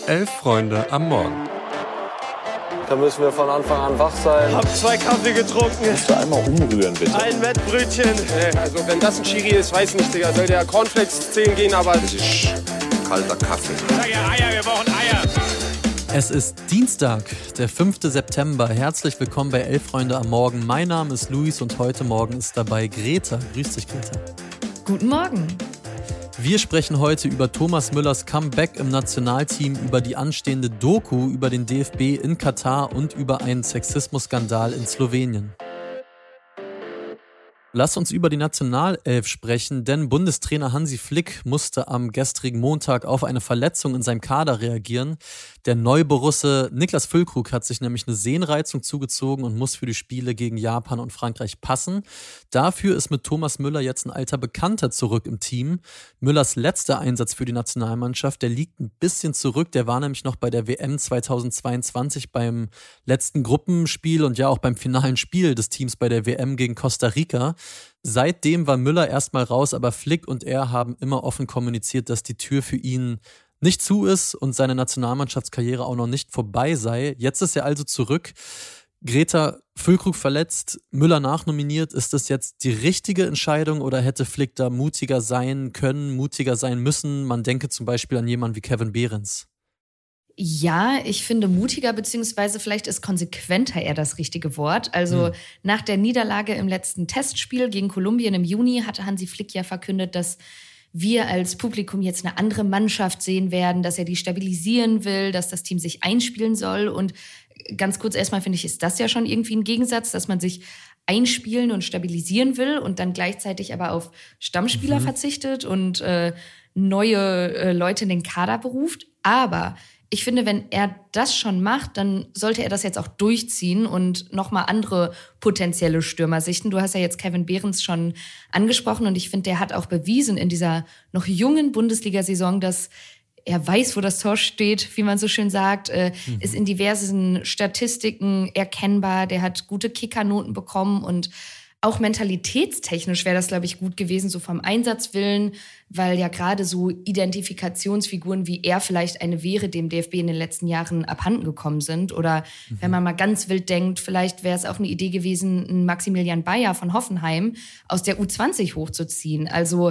11 Freunde am Morgen. Da müssen wir von Anfang an wach sein. Hab 2 Kaffee getrunken. Musst du einmal umrühren, bitte. Ein Wettbrötchen. Also wenn das ein Schiri ist, weiß nicht, Digga. Soll der Cornflakes 10 gehen, aber... Das ist kalter Kaffee. Sag ja Eier, wir brauchen Eier. Es ist Dienstag, der 5. September. Herzlich willkommen bei 11 Freunde am Morgen. Mein Name ist Luis und heute Morgen ist dabei Greta. Grüß dich, Greta. Guten Morgen. Wir sprechen heute über Thomas Müllers Comeback im Nationalteam, über die anstehende Doku über den DFB in Katar und über einen Sexismusskandal in Slowenien. Lass uns über die Nationalelf sprechen, denn Bundestrainer Hansi Flick musste am gestrigen Montag auf eine Verletzung in seinem Kader reagieren. Der Neuborusse Niklas Füllkrug hat sich nämlich eine Sehnenreizung zugezogen und muss für die Spiele gegen Japan und Frankreich passen. Dafür ist mit Thomas Müller jetzt ein alter Bekannter zurück im Team. Müllers letzter Einsatz für die Nationalmannschaft, der liegt ein bisschen zurück. Der war nämlich noch bei der WM 2022 beim letzten Gruppenspiel und ja auch beim finalen Spiel des Teams bei der WM gegen Costa Rica. Seitdem war Müller erstmal raus, aber Flick und er haben immer offen kommuniziert, dass die Tür für ihn nicht zu ist und seine Nationalmannschaftskarriere auch noch nicht vorbei sei. Jetzt ist er also zurück. Greta, Füllkrug verletzt, Müller nachnominiert. Ist das jetzt die richtige Entscheidung oder hätte Flick da mutiger sein können, mutiger sein müssen? Man denke zum Beispiel an jemanden wie Kevin Behrens. Ja, ich finde mutiger beziehungsweise vielleicht ist konsequenter eher das richtige Wort. Also nach der Niederlage im letzten Testspiel gegen Kolumbien im Juni hatte Hansi Flick ja verkündet, dass wir als Publikum jetzt eine andere Mannschaft sehen werden, dass er die stabilisieren will, dass das Team sich einspielen soll. Und ganz kurz erstmal finde ich, ist das ja schon irgendwie ein Gegensatz, dass man sich einspielen und stabilisieren will und dann gleichzeitig aber auf Stammspieler verzichtet und neue Leute in den Kader beruft. Aber ich finde, wenn er das schon macht, dann sollte er das jetzt auch durchziehen und nochmal andere potenzielle Stürmer sichten. Du hast ja jetzt Kevin Behrens schon angesprochen und ich finde, der hat auch bewiesen in dieser noch jungen Bundesliga-Saison, dass er weiß, wo das Tor steht, wie man so schön sagt, ist in diversen Statistiken erkennbar. Der hat gute Kickernoten bekommen und auch mentalitätstechnisch wäre das, glaube ich, gut gewesen, so vom Einsatzwillen, weil ja gerade so Identifikationsfiguren wie er vielleicht eine wäre, dem DFB in den letzten Jahren abhanden gekommen sind. Oder wenn man mal ganz wild denkt, vielleicht wäre es auch eine Idee gewesen, einen Maximilian Bayer von Hoffenheim aus der U20 hochzuziehen. Also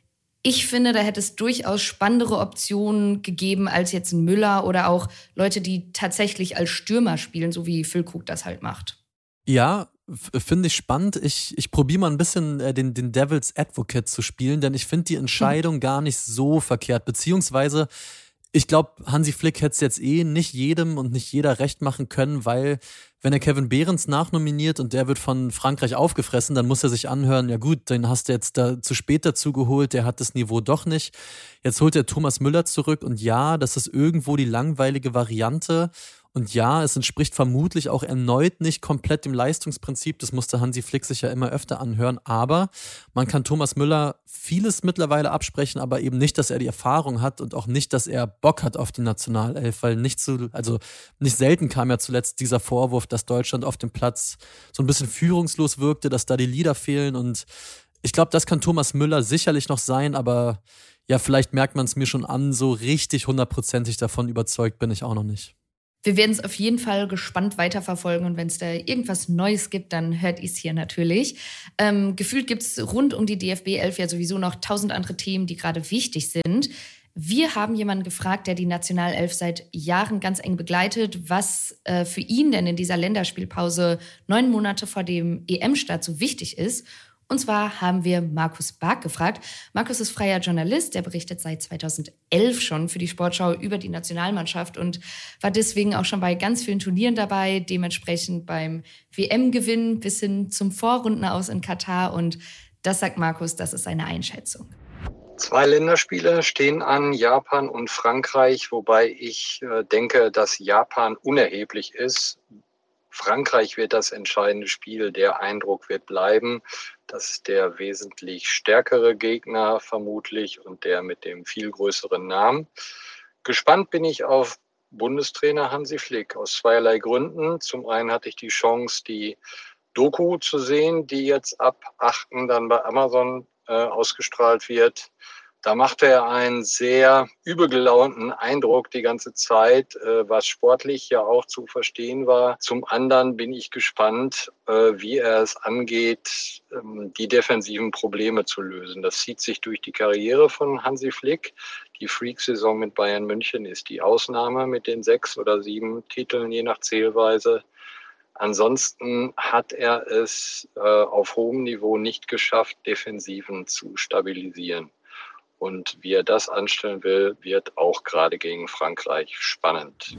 ich finde, da hätte es durchaus spannendere Optionen gegeben als jetzt ein Müller oder auch Leute, die tatsächlich als Stürmer spielen, so wie Füllkrug das halt macht. Ja, finde ich spannend. Ich probiere mal ein bisschen den Devil's Advocate zu spielen, denn ich finde die Entscheidung gar nicht so verkehrt. Beziehungsweise, ich glaube, Hansi Flick hätte es jetzt nicht jedem und nicht jeder recht machen können, weil wenn er Kevin Behrens nachnominiert und der wird von Frankreich aufgefressen, dann muss er sich anhören, ja gut, den hast du jetzt da zu spät dazu geholt, der hat das Niveau doch nicht. Jetzt holt er Thomas Müller zurück und ja, das ist irgendwo die langweilige Variante. Und ja, es entspricht vermutlich auch erneut nicht komplett dem Leistungsprinzip. Das musste Hansi Flick sich ja immer öfter anhören. Aber man kann Thomas Müller vieles mittlerweile absprechen, aber eben nicht, dass er die Erfahrung hat und auch nicht, dass er Bock hat auf die Nationalelf. Weil nicht selten kam ja zuletzt dieser Vorwurf, dass Deutschland auf dem Platz so ein bisschen führungslos wirkte, dass da die Leader fehlen. Und ich glaube, das kann Thomas Müller sicherlich noch sein, aber ja, vielleicht merkt man es mir schon an, so richtig 100%ig davon überzeugt bin ich auch noch nicht. Wir werden es auf jeden Fall gespannt weiterverfolgen und wenn es da irgendwas Neues gibt, dann hört ihr es hier natürlich. Gefühlt gibt es rund um die DFB 11 ja sowieso noch 1000 andere Themen, die gerade wichtig sind. Wir haben jemanden gefragt, der die Nationalelf seit Jahren ganz eng begleitet, was für ihn denn in dieser Länderspielpause 9 Monate vor dem EM-Start so wichtig ist. Und zwar haben wir Markus Bark gefragt. Markus ist freier Journalist, der berichtet seit 2011 schon für die Sportschau über die Nationalmannschaft und war deswegen auch schon bei ganz vielen Turnieren dabei, dementsprechend beim WM-Gewinn bis hin zum Vorrundenaus in Katar. Und das sagt Markus, das ist seine Einschätzung. 2 Länderspiele stehen an, Japan und Frankreich, wobei ich denke, dass Japan unerheblich ist. Frankreich wird das entscheidende Spiel, der Eindruck wird bleiben. Das ist der wesentlich stärkere Gegner vermutlich und der mit dem viel größeren Namen. Gespannt bin ich auf Bundestrainer Hansi Flick aus zweierlei Gründen. Zum einen hatte ich die Chance, die Doku zu sehen, die jetzt ab 8. dann bei Amazon ausgestrahlt wird. Da machte er einen sehr übelgelaunten Eindruck die ganze Zeit, was sportlich ja auch zu verstehen war. Zum anderen bin ich gespannt, wie er es angeht, die defensiven Probleme zu lösen. Das zieht sich durch die Karriere von Hansi Flick. Die Freak-Saison mit Bayern München ist die Ausnahme mit den 6 oder 7 Titeln, je nach Zählweise. Ansonsten hat er es auf hohem Niveau nicht geschafft, Defensiven zu stabilisieren. Und wie er das anstellen will, wird auch gerade gegen Frankreich spannend.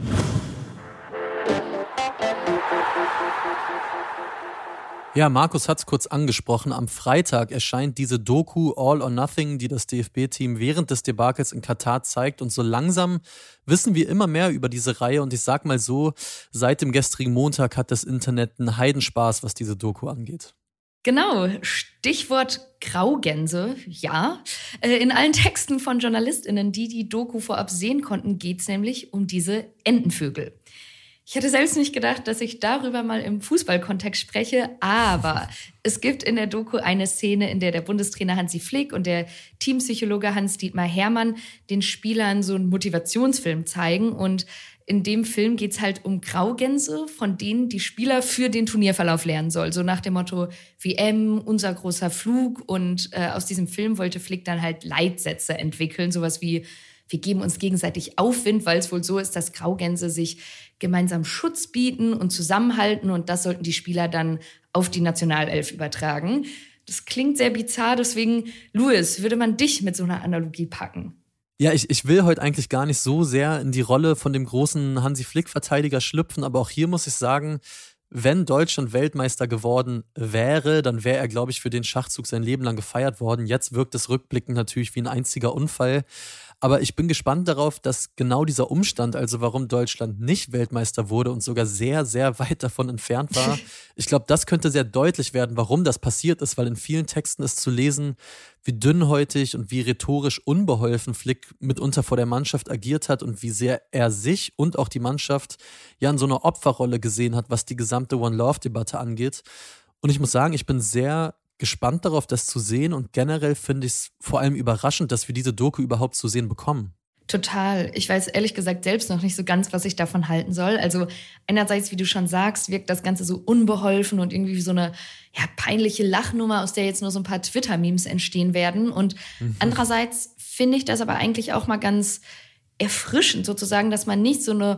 Ja, Markus hat es kurz angesprochen. Am Freitag erscheint diese Doku All or Nothing, die das DFB-Team während des Debakels in Katar zeigt. Und so langsam wissen wir immer mehr über diese Reihe. Und ich sag mal so, seit dem gestrigen Montag hat das Internet einen Heidenspaß, was diese Doku angeht. Genau, Stichwort Graugänse, ja. In allen Texten von JournalistInnen, die die Doku vorab sehen konnten, geht es nämlich um diese Entenvögel. Ich hätte selbst nicht gedacht, dass ich darüber mal im Fußballkontext spreche, aber es gibt in der Doku eine Szene, in der der Bundestrainer Hansi Flick und der Teampsychologe Hans-Dietmar Hermann den Spielern so einen Motivationsfilm zeigen. Und in dem Film geht es halt um Graugänse, von denen die Spieler für den Turnierverlauf lernen sollen. So nach dem Motto WM, unser großer Flug. Und aus diesem Film wollte Flick dann halt Leitsätze entwickeln, sowas wie: Wir geben uns gegenseitig Aufwind, weil es wohl so ist, dass Graugänse sich gemeinsam Schutz bieten und zusammenhalten. Und das sollten die Spieler dann auf die Nationalelf übertragen. Das klingt sehr bizarr, deswegen, Louis, würde man dich mit so einer Analogie packen? Ja, ich will heute eigentlich gar nicht so sehr in die Rolle von dem großen Hansi-Flick-Verteidiger schlüpfen, aber auch hier muss ich sagen, wenn Deutschland Weltmeister geworden wäre, dann wäre er, glaube ich, für den Schachzug sein Leben lang gefeiert worden. Jetzt wirkt es rückblickend natürlich wie ein einziger Unfall. Aber ich bin gespannt darauf, dass genau dieser Umstand, also warum Deutschland nicht Weltmeister wurde und sogar sehr, sehr weit davon entfernt war, ich glaube, das könnte sehr deutlich werden, warum das passiert ist, weil in vielen Texten ist zu lesen, wie dünnhäutig und wie rhetorisch unbeholfen Flick mitunter vor der Mannschaft agiert hat und wie sehr er sich und auch die Mannschaft ja in so einer Opferrolle gesehen hat, was die gesamte One-Love-Debatte angeht. Und ich muss sagen, ich bin sehr gespannt darauf, das zu sehen, und generell finde ich es vor allem überraschend, dass wir diese Doku überhaupt zu sehen bekommen. Total. Ich weiß ehrlich gesagt selbst noch nicht so ganz, was ich davon halten soll. Also einerseits, wie du schon sagst, wirkt das Ganze so unbeholfen und irgendwie wie so eine peinliche Lachnummer, aus der jetzt nur so ein paar Twitter-Memes entstehen werden. Und andererseits finde ich das aber eigentlich auch mal ganz erfrischend sozusagen, dass man nicht so eine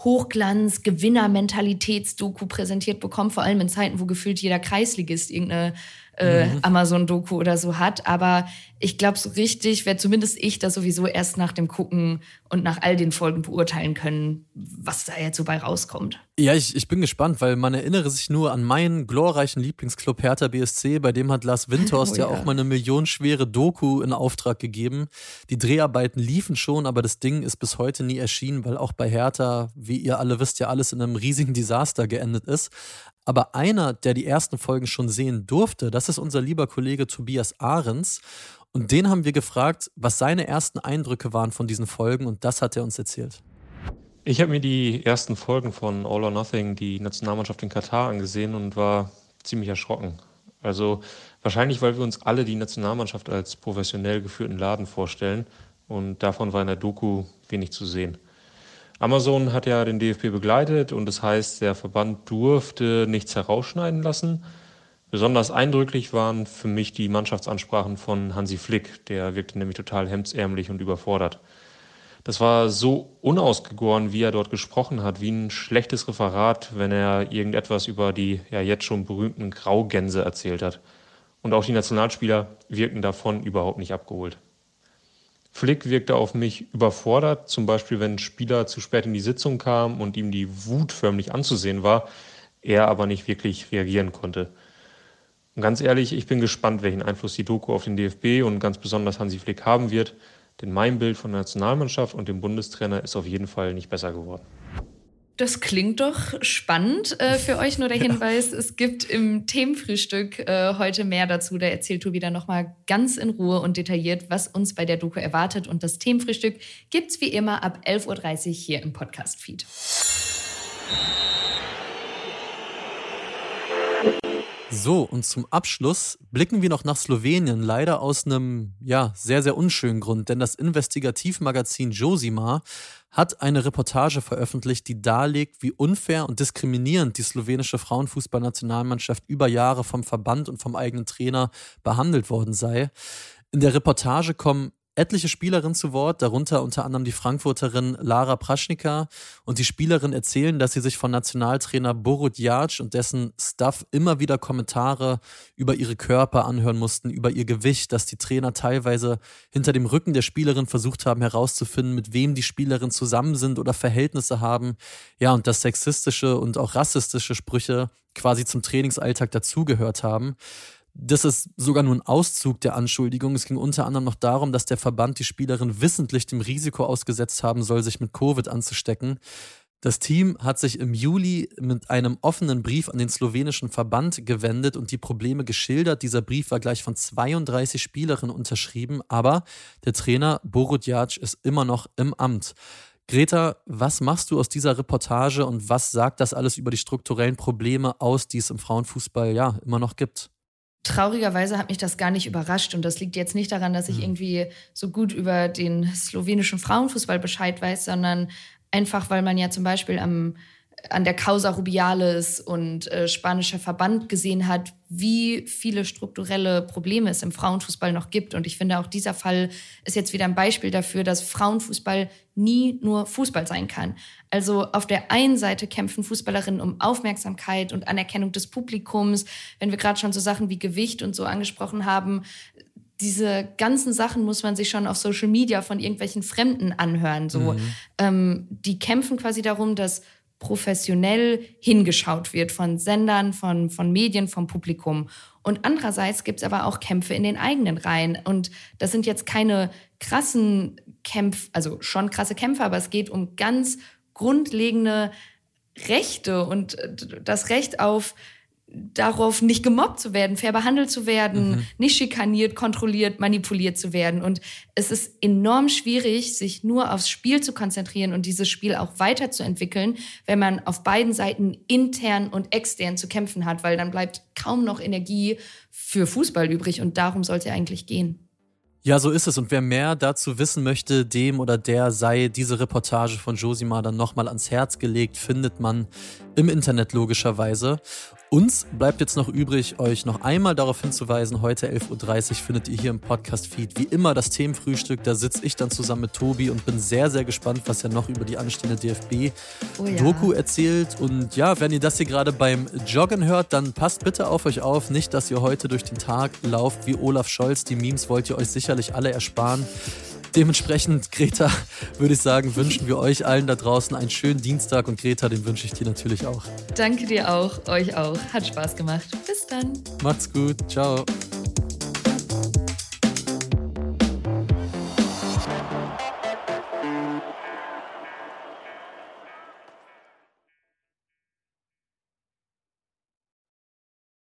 Hochglanz-Gewinner-Mentalitäts-Doku präsentiert bekommt, vor allem in Zeiten, wo gefühlt jeder Kreisligist irgendeine Amazon-Doku oder so hat. Aber ich glaube, so richtig werde zumindest ich das sowieso erst nach dem Gucken und nach all den Folgen beurteilen können, was da jetzt so bei rauskommt. Ja, ich bin gespannt, weil man erinnere sich nur an meinen glorreichen Lieblingsclub Hertha BSC, bei dem hat Lars Windhorst ja auch mal eine millionenschwere Doku in Auftrag gegeben. Die Dreharbeiten liefen schon, aber das Ding ist bis heute nie erschienen, weil auch bei Hertha, wie ihr alle wisst, ja alles in einem riesigen Desaster geendet ist. Aber einer, der die ersten Folgen schon sehen durfte, das ist unser lieber Kollege Tobias Ahrens. Und den haben wir gefragt, was seine ersten Eindrücke waren von diesen Folgen, und das hat er uns erzählt. Ich habe mir die ersten Folgen von All or Nothing, die Nationalmannschaft in Katar, angesehen und war ziemlich erschrocken. Also wahrscheinlich, weil wir uns alle die Nationalmannschaft als professionell geführten Laden vorstellen, und davon war in der Doku wenig zu sehen. Amazon hat ja den DFB begleitet und das heißt, der Verband durfte nichts herausschneiden lassen. Besonders eindrücklich waren für mich die Mannschaftsansprachen von Hansi Flick. Der wirkte nämlich total hemdsärmlich und überfordert. Das war so unausgegoren, wie er dort gesprochen hat, wie ein schlechtes Referat, wenn er irgendetwas über die jetzt schon berühmten Graugänse erzählt hat. Und auch die Nationalspieler wirkten davon überhaupt nicht abgeholt. Flick wirkte auf mich überfordert, zum Beispiel wenn ein Spieler zu spät in die Sitzung kam und ihm die Wut förmlich anzusehen war, er aber nicht wirklich reagieren konnte. Und ganz ehrlich, ich bin gespannt, welchen Einfluss die Doku auf den DFB und ganz besonders Hansi Flick haben wird, denn mein Bild von der Nationalmannschaft und dem Bundestrainer ist auf jeden Fall nicht besser geworden. Das klingt doch spannend. Für euch nur der Hinweis, es gibt im Themenfrühstück heute mehr dazu. Da erzählt Tobi dann nochmal ganz in Ruhe und detailliert, was uns bei der Doku erwartet. Und das Themenfrühstück gibt's wie immer ab 11.30 Uhr hier im Podcast-Feed. So, und zum Abschluss blicken wir noch nach Slowenien, leider aus einem sehr, sehr unschönen Grund, denn das Investigativmagazin Josimar hat eine Reportage veröffentlicht, die darlegt, wie unfair und diskriminierend die slowenische Frauenfußballnationalmannschaft über Jahre vom Verband und vom eigenen Trainer behandelt worden sei. In der Reportage kommen etliche Spielerinnen zu Wort, darunter unter anderem die Frankfurterin Lara Praschnika, und die Spielerinnen erzählen, dass sie sich von Nationaltrainer Borut Jac und dessen Staff immer wieder Kommentare über ihre Körper anhören mussten, über ihr Gewicht, dass die Trainer teilweise hinter dem Rücken der Spielerin versucht haben herauszufinden, mit wem die Spielerinnen zusammen sind oder Verhältnisse haben, und dass sexistische und auch rassistische Sprüche quasi zum Trainingsalltag dazugehört haben. Das ist sogar nur ein Auszug der Anschuldigung. Es ging unter anderem noch darum, dass der Verband die Spielerin wissentlich dem Risiko ausgesetzt haben soll, sich mit Covid anzustecken. Das Team hat sich im Juli mit einem offenen Brief an den slowenischen Verband gewendet und die Probleme geschildert. Dieser Brief war gleich von 32 Spielerinnen unterschrieben, aber der Trainer Borut Jac ist immer noch im Amt. Greta, was machst du aus dieser Reportage und was sagt das alles über die strukturellen Probleme aus, die es im Frauenfußball immer noch gibt? Traurigerweise hat mich das gar nicht überrascht und das liegt jetzt nicht daran, dass ich irgendwie so gut über den slowenischen Frauenfußball Bescheid weiß, sondern einfach, weil man ja zum Beispiel an der Causa Rubiales und spanischer Verband gesehen hat, wie viele strukturelle Probleme es im Frauenfußball noch gibt. Und ich finde, auch dieser Fall ist jetzt wieder ein Beispiel dafür, dass Frauenfußball nie nur Fußball sein kann. Also auf der einen Seite kämpfen Fußballerinnen um Aufmerksamkeit und Anerkennung des Publikums. Wenn wir gerade schon so Sachen wie Gewicht und so angesprochen haben, diese ganzen Sachen muss man sich schon auf Social Media von irgendwelchen Fremden anhören. So. Die kämpfen quasi darum, dass professionell hingeschaut wird von Sendern, von Medien, vom Publikum. Und andererseits gibt es aber auch Kämpfe in den eigenen Reihen. Und das sind jetzt keine krassen Kämpfe, also schon krasse Kämpfe, aber es geht um ganz grundlegende Rechte und das Recht darauf nicht gemobbt zu werden, fair behandelt zu werden, nicht schikaniert, kontrolliert, manipuliert zu werden. Und es ist enorm schwierig, sich nur aufs Spiel zu konzentrieren und dieses Spiel auch weiterzuentwickeln, wenn man auf beiden Seiten intern und extern zu kämpfen hat, weil dann bleibt kaum noch Energie für Fußball übrig und darum soll es ja eigentlich gehen. Ja, so ist es. Und wer mehr dazu wissen möchte, dem oder der sei diese Reportage von Josimar dann nochmal ans Herz gelegt, findet man im Internet logischerweise. Uns bleibt jetzt noch übrig, euch noch einmal darauf hinzuweisen, heute 11.30 Uhr findet ihr hier im Podcast-Feed wie immer das Themenfrühstück. Da sitze ich dann zusammen mit Tobi und bin sehr, sehr gespannt, was er noch über die anstehende DFB-Doku erzählt. Und wenn ihr das hier gerade beim Joggen hört, dann passt bitte auf euch auf. Nicht, dass ihr heute durch den Tag lauft wie Olaf Scholz. Die Memes wollt ihr euch sicherlich alle ersparen. Dementsprechend, Greta, würde ich sagen, wünschen wir euch allen da draußen einen schönen Dienstag und Greta, den wünsche ich dir natürlich auch. Danke dir auch, euch auch. Hat Spaß gemacht. Bis dann. Macht's gut. Ciao.